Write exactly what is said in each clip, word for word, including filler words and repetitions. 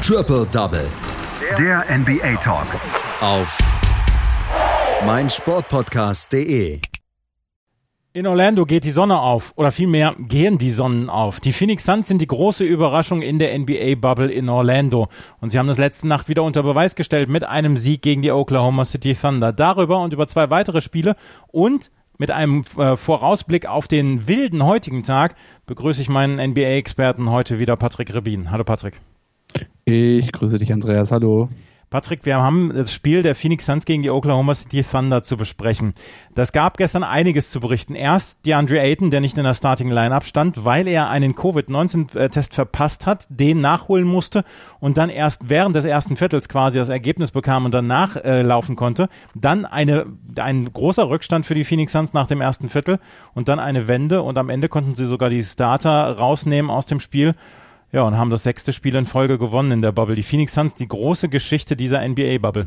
Triple Double. Der N B A Talk. Auf meinsportpodcast punkt de. In Orlando geht die Sonne auf, oder vielmehr gehen die Sonnen auf. Die Phoenix Suns sind die große Überraschung in der N B A-Bubble in Orlando. Und sie haben das letzte Nacht wieder unter Beweis gestellt mit einem Sieg gegen die Oklahoma City Thunder. Darüber und über zwei weitere Spiele und mit einem äh, Vorausblick auf den wilden heutigen Tag begrüße ich meinen N B A-Experten heute wieder, Patrick Rebin. Hallo Patrick. Ich grüße dich, Andreas. Hallo. Patrick, wir haben das Spiel der Phoenix Suns gegen die Oklahoma City Thunder zu besprechen. Das gab gestern einiges zu berichten. Erst DeAndre Ayton, der nicht in der Starting Lineup stand, weil er einen Covid neunzehn Test verpasst hat, den nachholen musste und dann erst während des ersten Viertels quasi das Ergebnis bekam und danach äh, laufen konnte. Dann eine, ein großer Rückstand für die Phoenix Suns nach dem ersten Viertel und dann eine Wende und am Ende konnten sie sogar die Starter rausnehmen aus dem Spiel. Ja, und haben das sechste Spiel in Folge gewonnen in der Bubble. Die Phoenix Suns, die große Geschichte dieser N B A-Bubble.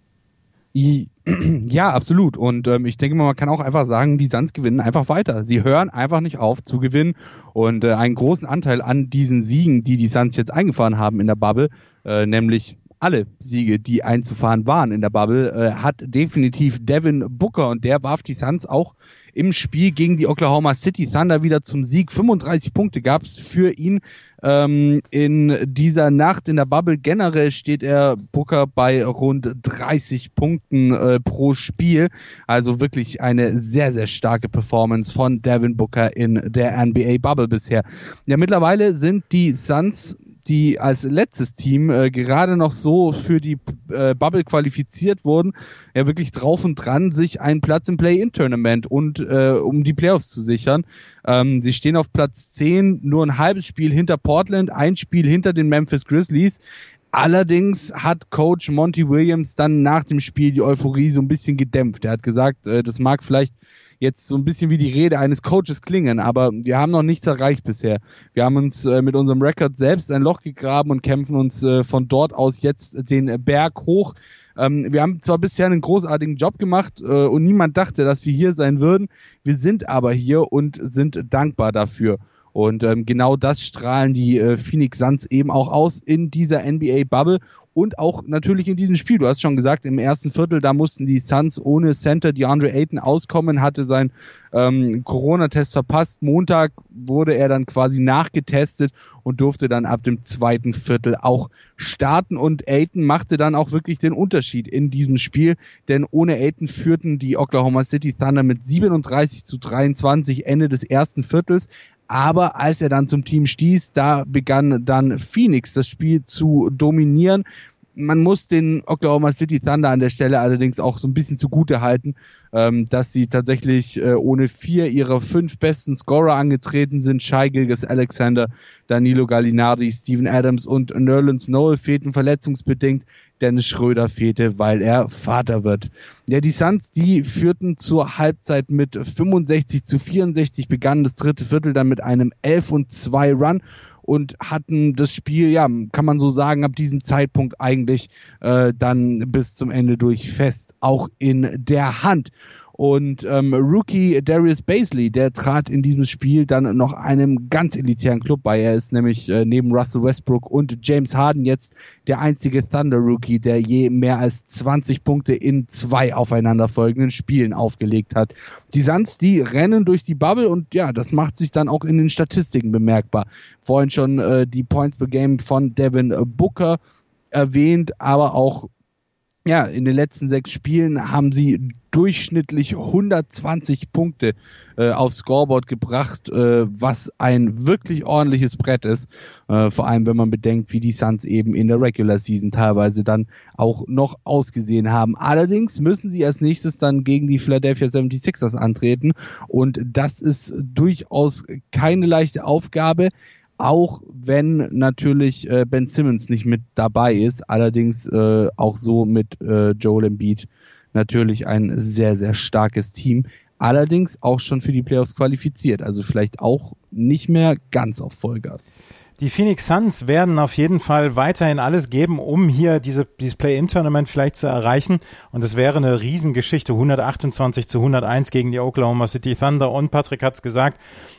Ja, absolut. Und ähm, ich denke mal, man kann auch einfach sagen, die Suns gewinnen einfach weiter. Sie hören einfach nicht auf zu gewinnen. Und äh, einen großen Anteil an diesen Siegen, die die Suns jetzt eingefahren haben in der Bubble, äh, nämlich alle Siege, die einzufahren waren in der Bubble, äh, hat definitiv Devin Booker. Und der warf die Suns auch im Spiel gegen die Oklahoma City Thunder wieder zum Sieg. fünfunddreißig Punkte gab es für ihn ähm, in dieser Nacht in der Bubble. Generell steht er Booker bei rund dreißig Punkten äh, pro Spiel. Also wirklich eine sehr, sehr starke Performance von Devin Booker in der N B A-Bubble bisher. Ja, mittlerweile sind die Suns, die als letztes Team äh, gerade noch so für die äh, Bubble qualifiziert wurden, ja wirklich drauf und dran, sich einen Platz im Play-In-Tournament und äh, um die Playoffs zu sichern. Ähm, sie stehen auf Platz zehn, nur ein halbes Spiel hinter Portland, ein Spiel hinter den Memphis Grizzlies. Allerdings hat Coach Monty Williams dann nach dem Spiel die Euphorie so ein bisschen gedämpft. Er hat gesagt, äh, das mag vielleicht jetzt so ein bisschen wie die Rede eines Coaches klingen, aber wir haben noch nichts erreicht bisher. Wir haben uns äh, mit unserem Rekord selbst ein Loch gegraben und kämpfen uns äh, von dort aus jetzt den Berg hoch. Ähm, wir haben zwar bisher einen großartigen Job gemacht äh, und niemand dachte, dass wir hier sein würden. Wir sind aber hier und sind dankbar dafür. Und ähm, genau das strahlen die äh, Phoenix Suns eben auch aus in dieser N B A-Bubble. Und auch natürlich in diesem Spiel. Du hast schon gesagt, im ersten Viertel, da mussten die Suns ohne Center DeAndre Ayton auskommen, hatte seinen ähm, Corona-Test verpasst. Montag wurde er dann quasi nachgetestet und durfte dann ab dem zweiten Viertel auch starten. Und Ayton machte dann auch wirklich den Unterschied in diesem Spiel, denn ohne Ayton führten die Oklahoma City Thunder mit siebenunddreißig zu dreiundzwanzig Ende des ersten Viertels. Aber als er dann zum Team stieß, da begann dann Phoenix das Spiel zu dominieren. Man muss den Oklahoma City Thunder an der Stelle allerdings auch so ein bisschen zugute halten, ähm, dass sie tatsächlich äh, ohne vier ihrer fünf besten Scorer angetreten sind. Shai Gilgeous-Alexander, Danilo Gallinari, Steven Adams und Nerlens Noel fehlten verletzungsbedingt. Dennis Schröder fehlte, weil er Vater wird. Ja, die Suns, die führten zur Halbzeit mit fünfundsechzig zu vierundsechzig, begannen das dritte Viertel dann mit einem elf und zwei Run und hatten das Spiel, ja, kann man so sagen, ab diesem Zeitpunkt eigentlich äh, dann bis zum Ende durch fest, auch in der Hand. Und ähm, Rookie Darius Bazley, der trat in diesem Spiel dann noch einem ganz elitären Club bei. Er ist nämlich äh, neben Russell Westbrook und James Harden jetzt der einzige Thunder-Rookie, der je mehr als zwanzig Punkte in zwei aufeinanderfolgenden Spielen aufgelegt hat. Die Suns, die rennen durch die Bubble und ja, das macht sich dann auch in den Statistiken bemerkbar. Vorhin schon äh, die Points per Game von Devin Booker erwähnt, aber auch ja, in den letzten sechs Spielen haben sie durchschnittlich hundertzwanzig Punkte äh, aufs Scoreboard gebracht, äh, was ein wirklich ordentliches Brett ist. Äh, vor allem, wenn man bedenkt, wie die Suns eben in der Regular Season teilweise dann auch noch ausgesehen haben. Allerdings müssen sie als nächstes dann gegen die Philadelphia seventy-sixers antreten und das ist durchaus keine leichte Aufgabe. Auch wenn natürlich äh, Ben Simmons nicht mit dabei ist, allerdings äh, auch so mit äh, Joel Embiid natürlich ein sehr, sehr starkes Team. Allerdings auch schon für die Playoffs qualifiziert, also vielleicht auch nicht mehr ganz auf Vollgas. Die Phoenix Suns werden auf jeden Fall weiterhin alles geben, um hier diese, dieses Play-In-Tournament vielleicht zu erreichen. Und es wäre eine Riesengeschichte, hundertachtundzwanzig zu hunderteins gegen die Oklahoma City Thunder. Und Patrick hat's gesagt,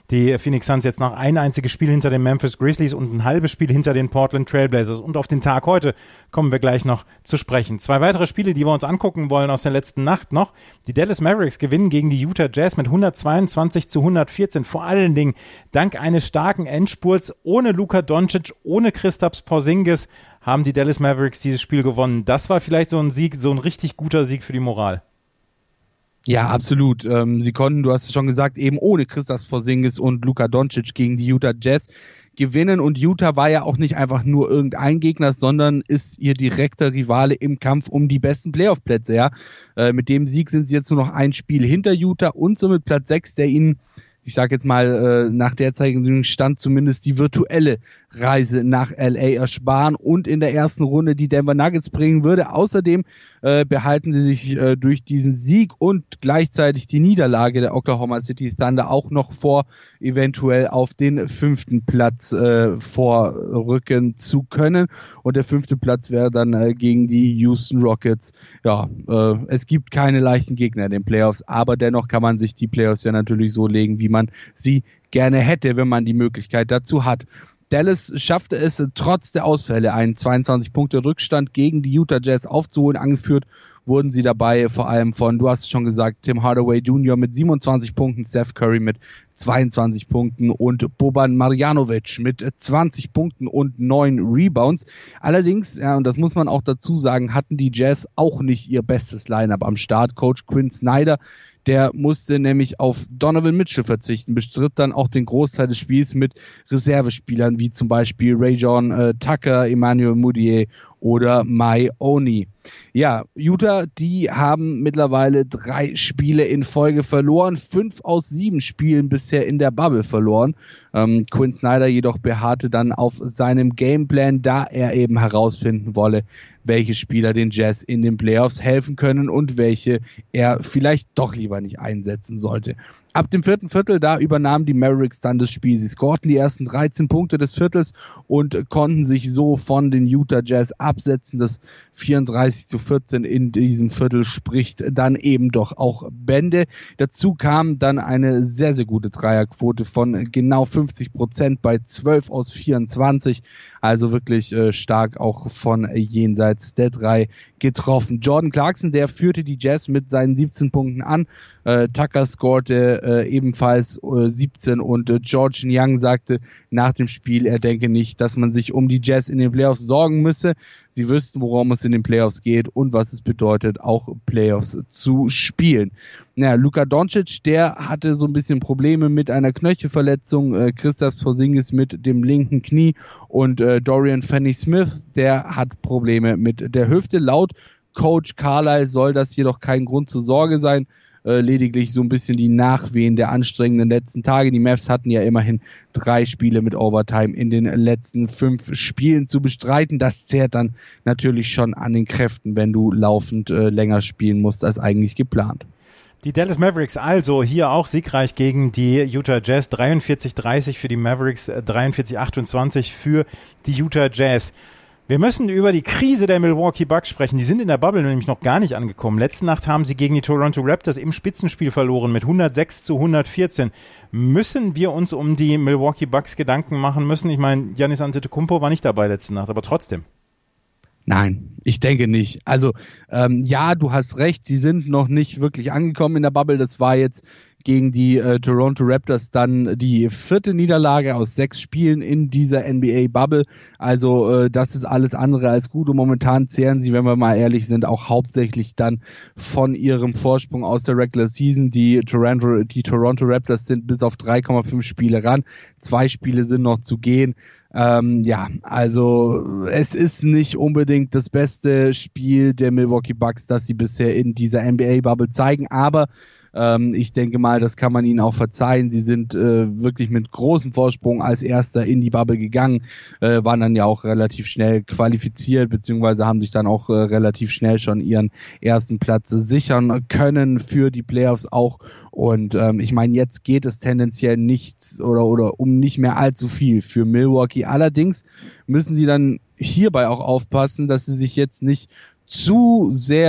die Phoenix Suns jetzt noch ein einziges Spiel hinter den Memphis Grizzlies und ein halbes Spiel hinter den Portland Trailblazers. Und auf den Tag heute kommen wir gleich noch zu sprechen. Zwei weitere Spiele, die wir uns angucken wollen aus der letzten Nacht noch. Die Dallas Mavericks gewinnen gegen die Utah Jazz mit hundertzweiundzwanzig zu hundertvierzehn. Vor allen Dingen dank eines starken Endspurts ohne Luka Doncic, ohne Kristaps Porzingis haben die Dallas Mavericks dieses Spiel gewonnen. Das war vielleicht so ein Sieg, so ein richtig guter Sieg für die Moral. Ja, absolut. Ähm, sie konnten, du hast es schon gesagt, eben ohne Kristaps Porzingis und Luka Doncic gegen die Utah Jazz gewinnen. Und Utah war ja auch nicht einfach nur irgendein Gegner, sondern ist ihr direkter Rivale im Kampf um die besten Playoff-Plätze. Ja? Äh, mit dem Sieg sind sie jetzt nur noch ein Spiel hinter Utah und somit Platz sechs, der ihnen, ich sage jetzt mal, äh, nach derzeitigem Stand zumindest die virtuelle Reise nach L A ersparen und in der ersten Runde die Denver Nuggets bringen würde. Außerdem äh, behalten sie sich äh, durch diesen Sieg und gleichzeitig die Niederlage der Oklahoma City Thunder auch noch vor, eventuell auf den fünften Platz äh, vorrücken zu können. Und der fünfte Platz wäre dann äh, gegen die Houston Rockets. Ja, äh, es gibt keine leichten Gegner in den Playoffs, aber dennoch kann man sich die Playoffs ja natürlich so legen, wie man sie gerne hätte, wenn man die Möglichkeit dazu hat. Dallas schaffte es trotz der Ausfälle, einen zweiundzwanzig Punkte Rückstand gegen die Utah Jazz aufzuholen. Angeführt wurden sie dabei vor allem von, du hast es schon gesagt, Tim Hardaway Junior mit siebenundzwanzig Punkten, Steph Curry mit zweiundzwanzig Punkten und Boban Marjanovic mit zwanzig Punkten und neun Rebounds. Allerdings, ja, und das muss man auch dazu sagen, hatten die Jazz auch nicht ihr bestes Lineup am Start. Coach Quinn Snyder, der musste nämlich auf Donovan Mitchell verzichten, bestritt dann auch den Großteil des Spiels mit Reservespielern wie zum Beispiel Rajon äh, Tucker, Emmanuel Mudiay oder Mai Oni. Ja, Utah, die haben mittlerweile drei Spiele in Folge verloren, fünf aus sieben Spielen bisher in der Bubble verloren. Ähm, Quinn Snyder jedoch beharrte dann auf seinem Gameplan, da er eben herausfinden wolle, welche Spieler den Jazz in den Playoffs helfen können und welche er vielleicht doch lieber nicht einsetzen sollte. Ab dem vierten Viertel, da übernahmen die Mavericks dann das Spiel. Sie scorten die ersten dreizehn Punkte des Viertels und konnten sich so von den Utah Jazz absetzen. Das vierunddreißig zu vierzehn in diesem Viertel spricht dann eben doch auch Bände. Dazu kam dann eine sehr, sehr gute Dreierquote von genau fünfzig Prozent bei zwölf aus vierundzwanzig. Also wirklich äh, stark auch von jenseits der drei getroffen. Jordan Clarkson, der führte die Jazz mit seinen siebzehn Punkten an. Äh, Tucker scorte äh, ebenfalls äh, siebzehn und äh, George Niang sagte nach dem Spiel, er denke nicht, dass man sich um die Jazz in den Playoffs sorgen müsse. Sie wüssten, worum es in den Playoffs geht und was es bedeutet, auch Playoffs zu spielen. Naja, Luka Doncic, der hatte so ein bisschen Probleme mit einer Knöchelverletzung, äh, Kristaps Porzingis mit dem linken Knie und äh, Dorian Finney-Smith, der hat Probleme mit der Hüfte. Laut Coach Carlisle soll das jedoch kein Grund zur Sorge sein, äh, lediglich so ein bisschen die Nachwehen der anstrengenden letzten Tage. Die Mavs hatten ja immerhin drei Spiele mit Overtime in den letzten fünf Spielen zu bestreiten. Das zehrt dann natürlich schon an den Kräften, wenn du laufend äh, länger spielen musst als eigentlich geplant. Die Dallas Mavericks also hier auch siegreich gegen die Utah Jazz, dreiundvierzig dreißig für die Mavericks, dreiundvierzig achtundzwanzig für die Utah Jazz. Wir müssen über die Krise der Milwaukee Bucks sprechen. Die sind in der Bubble nämlich noch gar nicht angekommen. Letzte Nacht haben sie gegen die Toronto Raptors im Spitzenspiel verloren mit hundertsechs zu hundertvierzehn. Müssen wir uns um die Milwaukee Bucks Gedanken machen müssen? Ich meine, Giannis Antetokounmpo war nicht dabei letzte Nacht, aber trotzdem. Nein, ich denke nicht. Also ähm, ja, du hast recht, sie sind noch nicht wirklich angekommen in der Bubble. Das war jetzt gegen die äh, Toronto Raptors dann die vierte Niederlage aus sechs Spielen in dieser N B A-Bubble. Also äh, das ist alles andere als gut und momentan zehren sie, wenn wir mal ehrlich sind, auch hauptsächlich dann von ihrem Vorsprung aus der Regular Season. Die Toronto, die Toronto Raptors sind bis auf drei Komma fünf Spiele ran. Zwei Spiele sind noch zu gehen. Ähm, ja, also es ist nicht unbedingt das beste Spiel der Milwaukee Bucks, das sie bisher in dieser N B A-Bubble zeigen, aber ähm, ich denke mal, das kann man ihnen auch verzeihen. Sie sind äh, wirklich mit großem Vorsprung als Erster in die Bubble gegangen, äh, waren dann ja auch relativ schnell qualifiziert, beziehungsweise haben sich dann auch äh, relativ schnell schon ihren ersten Platz sichern können für die Playoffs auch. Und ähm, ich meine, jetzt geht es tendenziell nichts oder oder um nicht mehr allzu viel für Milwaukee. Allerdings müssen sie dann hierbei auch aufpassen, dass sie sich jetzt nicht zu sehr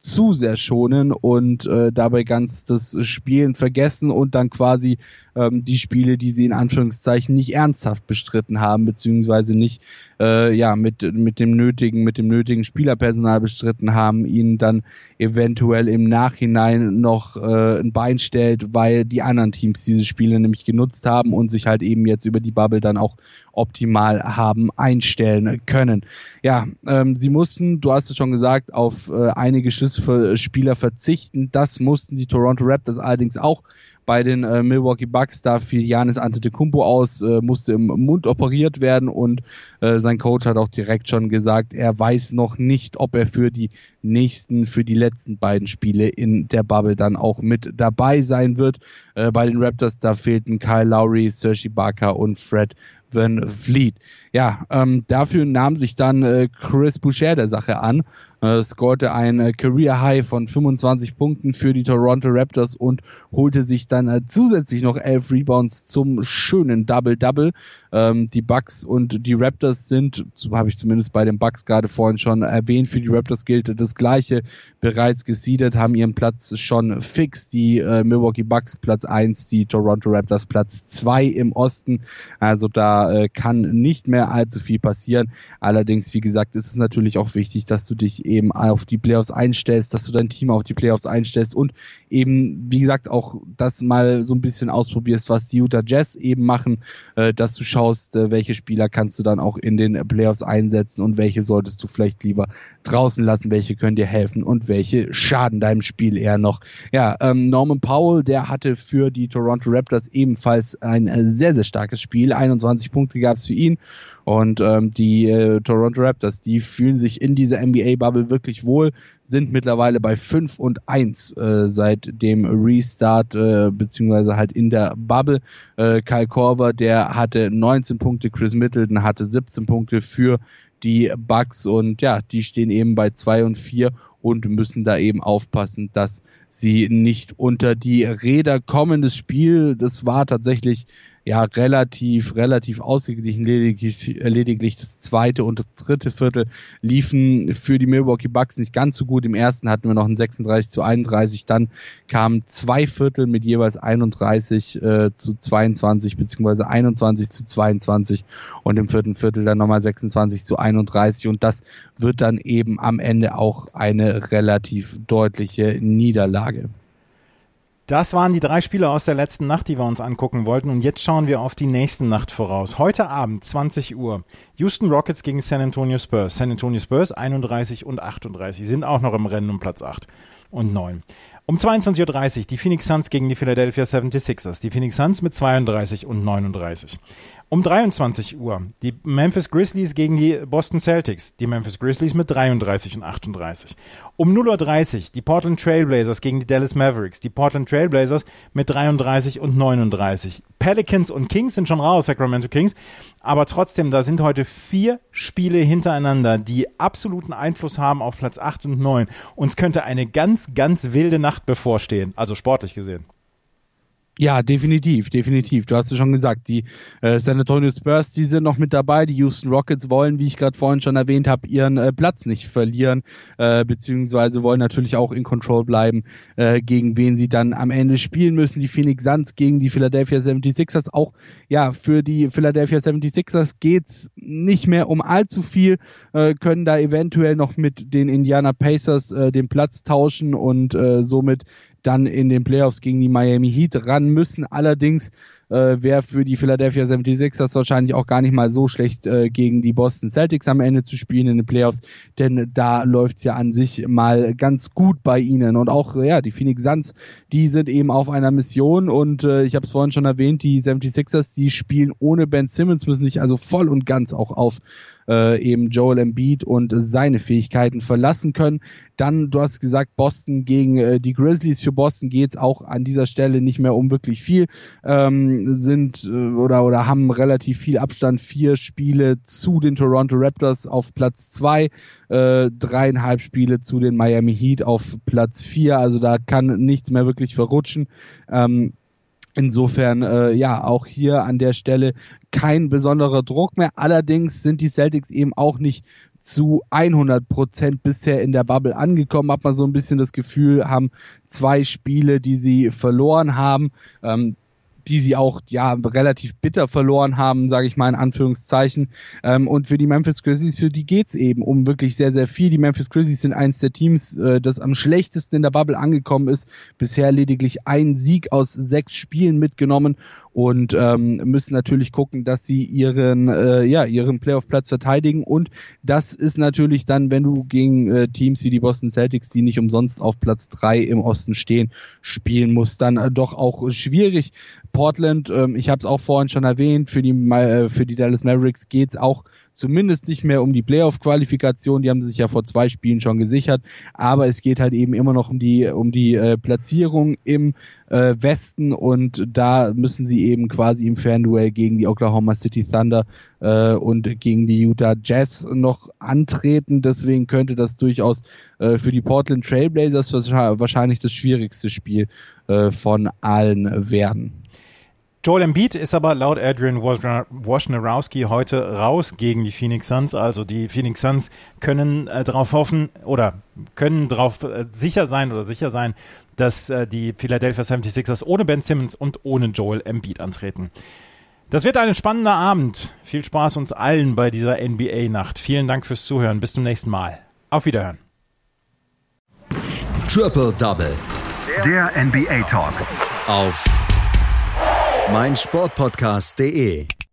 zu sehr schonen und äh, dabei ganz das Spielen vergessen und dann quasi ähm, die Spiele, die sie in Anführungszeichen nicht ernsthaft bestritten haben, beziehungsweise nicht äh, ja mit mit dem nötigen mit dem nötigen Spielerpersonal bestritten haben, ihnen dann eventuell im Nachhinein noch äh, ein Bein stellt, weil die anderen Teams diese Spiele nämlich genutzt haben und sich halt eben jetzt über die Bubble dann auch optimal haben einstellen können. Ja, ähm, sie mussten, du hast es schon gesagt, auf äh, einige Schlüsselspieler verzichten. Das mussten die Toronto Raptors allerdings auch. Bei den äh, Milwaukee Bucks, da fiel Giannis Antetokounmpo aus, äh, musste im Mund operiert werden und äh, sein Coach hat auch direkt schon gesagt, er weiß noch nicht, ob er für die nächsten, für die letzten beiden Spiele in der Bubble dann auch mit dabei sein wird. Äh, bei den Raptors, da fehlten Kyle Lowry, Serge Ibaka und Fred VanVleet. Ja, ähm, dafür nahm sich dann äh, Chris Boucher der Sache an, äh, scorte ein äh, Career High von fünfundzwanzig Punkten für die Toronto Raptors und holte sich dann äh, zusätzlich noch elf Rebounds zum schönen Double-Double. Ähm, die Bucks und die Raptors sind, so habe ich zumindest bei den Bucks gerade vorhin schon erwähnt, für die Raptors gilt das Gleiche, bereits gesiedet, haben ihren Platz schon fix, die äh, Milwaukee Bucks Platz eins, die Toronto Raptors Platz zwei im Osten, also da äh, kann nicht mehr allzu viel passieren. Allerdings, wie gesagt, ist es natürlich auch wichtig, dass du dich eben auf die Playoffs einstellst, dass du dein Team auf die Playoffs einstellst und eben, wie gesagt, auch das mal so ein bisschen ausprobierst, was die Utah Jazz eben machen, äh, dass du schaust, äh, welche Spieler kannst du dann auch in den Playoffs einsetzen und welche solltest du vielleicht lieber draußen lassen, welche können dir helfen und welche schaden deinem Spiel eher noch. Ja, ähm, Norman Powell, der hatte für die Toronto Raptors ebenfalls ein äh, sehr, sehr starkes Spiel. einundzwanzig Punkte gab es für ihn. Und ähm, die äh, Toronto Raptors, die fühlen sich in dieser N B A-Bubble wirklich wohl, sind mittlerweile bei fünf und eins äh, seit dem Restart, äh, beziehungsweise halt in der Bubble. Äh, Kyle Korver, der hatte neunzehn Punkte, Chris Middleton hatte siebzehn Punkte für die Bucks und ja, die stehen eben bei zwei und vier und müssen da eben aufpassen, dass sie nicht unter die Räder kommen. Das Spiel, das war tatsächlich ja relativ relativ ausgeglichen, lediglich, lediglich das zweite und das dritte Viertel liefen für die Milwaukee Bucks nicht ganz so gut. Im ersten hatten wir noch ein sechsunddreißig zu einunddreißig, dann kamen zwei Viertel mit jeweils einunddreißig äh, zu zweiundzwanzig beziehungsweise einundzwanzig zu zweiundzwanzig und im vierten Viertel dann nochmal sechsundzwanzig zu einunddreißig und das wird dann eben am Ende auch eine relativ deutliche Niederlage. Das waren die drei Spiele aus der letzten Nacht, die wir uns angucken wollten. Und jetzt schauen wir auf die nächste Nacht voraus. Heute Abend, zwanzig Uhr, Houston Rockets gegen San Antonio Spurs. San Antonio Spurs einunddreißig und achtunddreißig, sind auch noch im Rennen um Platz acht und neun. Um zweiundzwanzig Uhr dreißig die Phoenix Suns gegen die Philadelphia seventy-sixers. Die Phoenix Suns mit zweiunddreißig und neununddreißig. Um dreiundzwanzig Uhr die Memphis Grizzlies gegen die Boston Celtics. Die Memphis Grizzlies mit dreiunddreißig und achtunddreißig. Um null Uhr dreißig die Portland Trailblazers gegen die Dallas Mavericks. Die Portland Trailblazers mit dreiunddreißig und neununddreißig. Pelicans und Kings sind schon raus, Sacramento Kings. Aber trotzdem, da sind heute vier Spiele hintereinander, die absoluten Einfluss haben auf Platz acht und neun. Uns könnte eine ganz, ganz wilde Nacht bevorstehen. Also sportlich gesehen. Ja, definitiv, definitiv. Du hast es schon gesagt, die äh, San Antonio Spurs, die sind noch mit dabei. Die Houston Rockets wollen, wie ich gerade vorhin schon erwähnt habe, ihren äh, Platz nicht verlieren, äh, beziehungsweise wollen natürlich auch in Control bleiben, äh, gegen wen sie dann am Ende spielen müssen. Die Phoenix Suns gegen die Philadelphia seventy-sixers. Auch ja, für die Philadelphia seventy-sixers geht's nicht mehr um allzu viel, äh, können da eventuell noch mit den Indiana Pacers äh, den Platz tauschen und äh, somit dann in den Playoffs gegen die Miami Heat ran müssen. Allerdings äh, wäre für die Philadelphia seventy-sixers wahrscheinlich auch gar nicht mal so schlecht, äh, gegen die Boston Celtics am Ende zu spielen in den Playoffs, denn da läuft's ja an sich mal ganz gut bei ihnen. Und auch ja, die Phoenix Suns, die sind eben auf einer Mission und äh, ich habe es vorhin schon erwähnt, die seventy-sixers, die spielen ohne Ben Simmons, müssen sich also voll und ganz auch auf Äh, eben Joel Embiid und seine Fähigkeiten verlassen können. Dann, du hast gesagt, Boston gegen äh, die Grizzlies. Für Boston geht's auch an dieser Stelle nicht mehr um wirklich viel. Ähm, sind äh, oder oder haben relativ viel Abstand. Vier Spiele zu den Toronto Raptors auf Platz zwei, äh, dreieinhalb Spiele zu den Miami Heat auf Platz vier. Also da kann nichts mehr wirklich verrutschen. Ähm, Insofern, äh, ja, auch hier an der Stelle kein besonderer Druck mehr. Allerdings sind die Celtics eben auch nicht zu hundert Prozent bisher in der Bubble angekommen. Hat man so ein bisschen das Gefühl, haben zwei Spiele, die sie verloren haben, ähm, die sie auch ja relativ bitter verloren haben, sage ich mal in Anführungszeichen. Ähm, und für die Memphis Grizzlies, für die geht's eben um wirklich sehr, sehr viel. Die Memphis Grizzlies sind eines der Teams, äh, das am schlechtesten in der Bubble angekommen ist. Bisher lediglich ein Sieg aus sechs Spielen mitgenommen und ähm, müssen natürlich gucken, dass sie ihren äh, ja ihren Playoff-Platz verteidigen. Und das ist natürlich dann, wenn du gegen äh, Teams wie die Boston Celtics, die nicht umsonst auf Platz drei im Osten stehen, spielen musst, dann äh, doch auch schwierig. Portland, ähm, ich habe es auch vorhin schon erwähnt, für die äh, für die Dallas Mavericks geht's auch zumindest nicht mehr um die Playoff-Qualifikation, die haben sich ja vor zwei Spielen schon gesichert, aber es geht halt eben immer noch um die um die äh, Platzierung im äh, Westen und da müssen sie eben quasi im Fernduell gegen die Oklahoma City Thunder äh, und gegen die Utah Jazz noch antreten, deswegen könnte das durchaus äh, für die Portland Trail Blazers wahrscheinlich das schwierigste Spiel äh, von allen werden. Joel Embiid ist aber laut Adrian Wojnarowski heute raus gegen die Phoenix Suns. Also die Phoenix Suns können äh, darauf hoffen oder können darauf äh, sicher sein oder sicher sein, dass äh, die Philadelphia seventy-sixers ohne Ben Simmons und ohne Joel Embiid antreten. Das wird ein spannender Abend. Viel Spaß uns allen bei dieser N B A-Nacht. Vielen Dank fürs Zuhören. Bis zum nächsten Mal. Auf Wiederhören. Triple Double. Der N B A Talk. Auf meinsportpodcast punkt de